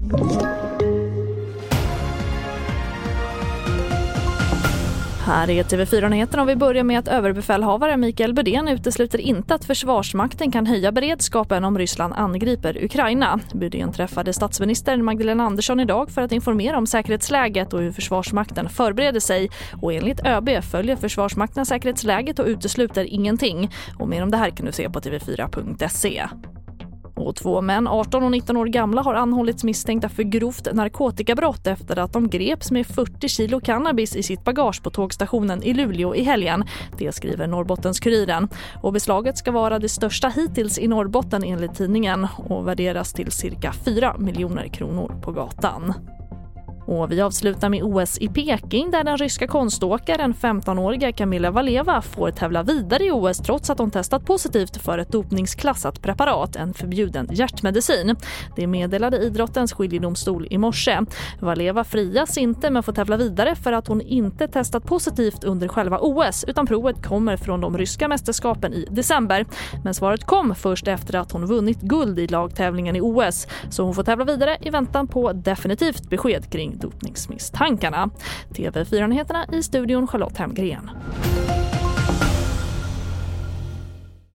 Här är TV4-nyheterna och vi börjar med att överbefälhavare Mikael Bydén utesluter inte att Försvarsmakten kan höja beredskapen om Ryssland angriper Ukraina. Bydén träffade statsminister Magdalena Andersson idag för att informera om säkerhetsläget och hur Försvarsmakten förbereder sig. Och enligt ÖB följer Försvarsmakten säkerhetsläget och utesluter ingenting. Och mer om det här kan du se på tv4.se. Och 2 män, 18 och 19 år gamla, har anhållits misstänkta för grovt narkotikabrott efter att de greps med 40 kilo cannabis i sitt bagage på tågstationen i Luleå i helgen. Det skriver Norrbottens-Kuriren. Och beslaget ska vara det största hittills i Norrbotten enligt tidningen och värderas till cirka 4 miljoner kronor på gatan. Och vi avslutar med OS i Peking där den ryska konståkaren 15-åriga Kamila Valieva får tävla vidare i OS trots att hon testat positivt för ett dopningsklassat preparat, en förbjuden hjärtmedicin. Det meddelade idrottens skiljedomstol i morse. Valieva frias inte men får tävla vidare för att hon inte testat positivt under själva OS utan provet kommer från de ryska mästerskapen i december. Men svaret kom först efter att hon vunnit guld i lagtävlingen i OS så hon får tävla vidare i väntan på definitivt besked kring dopningsmisstankarna. TV4-nyheterna i studion Charlotte Hemgren.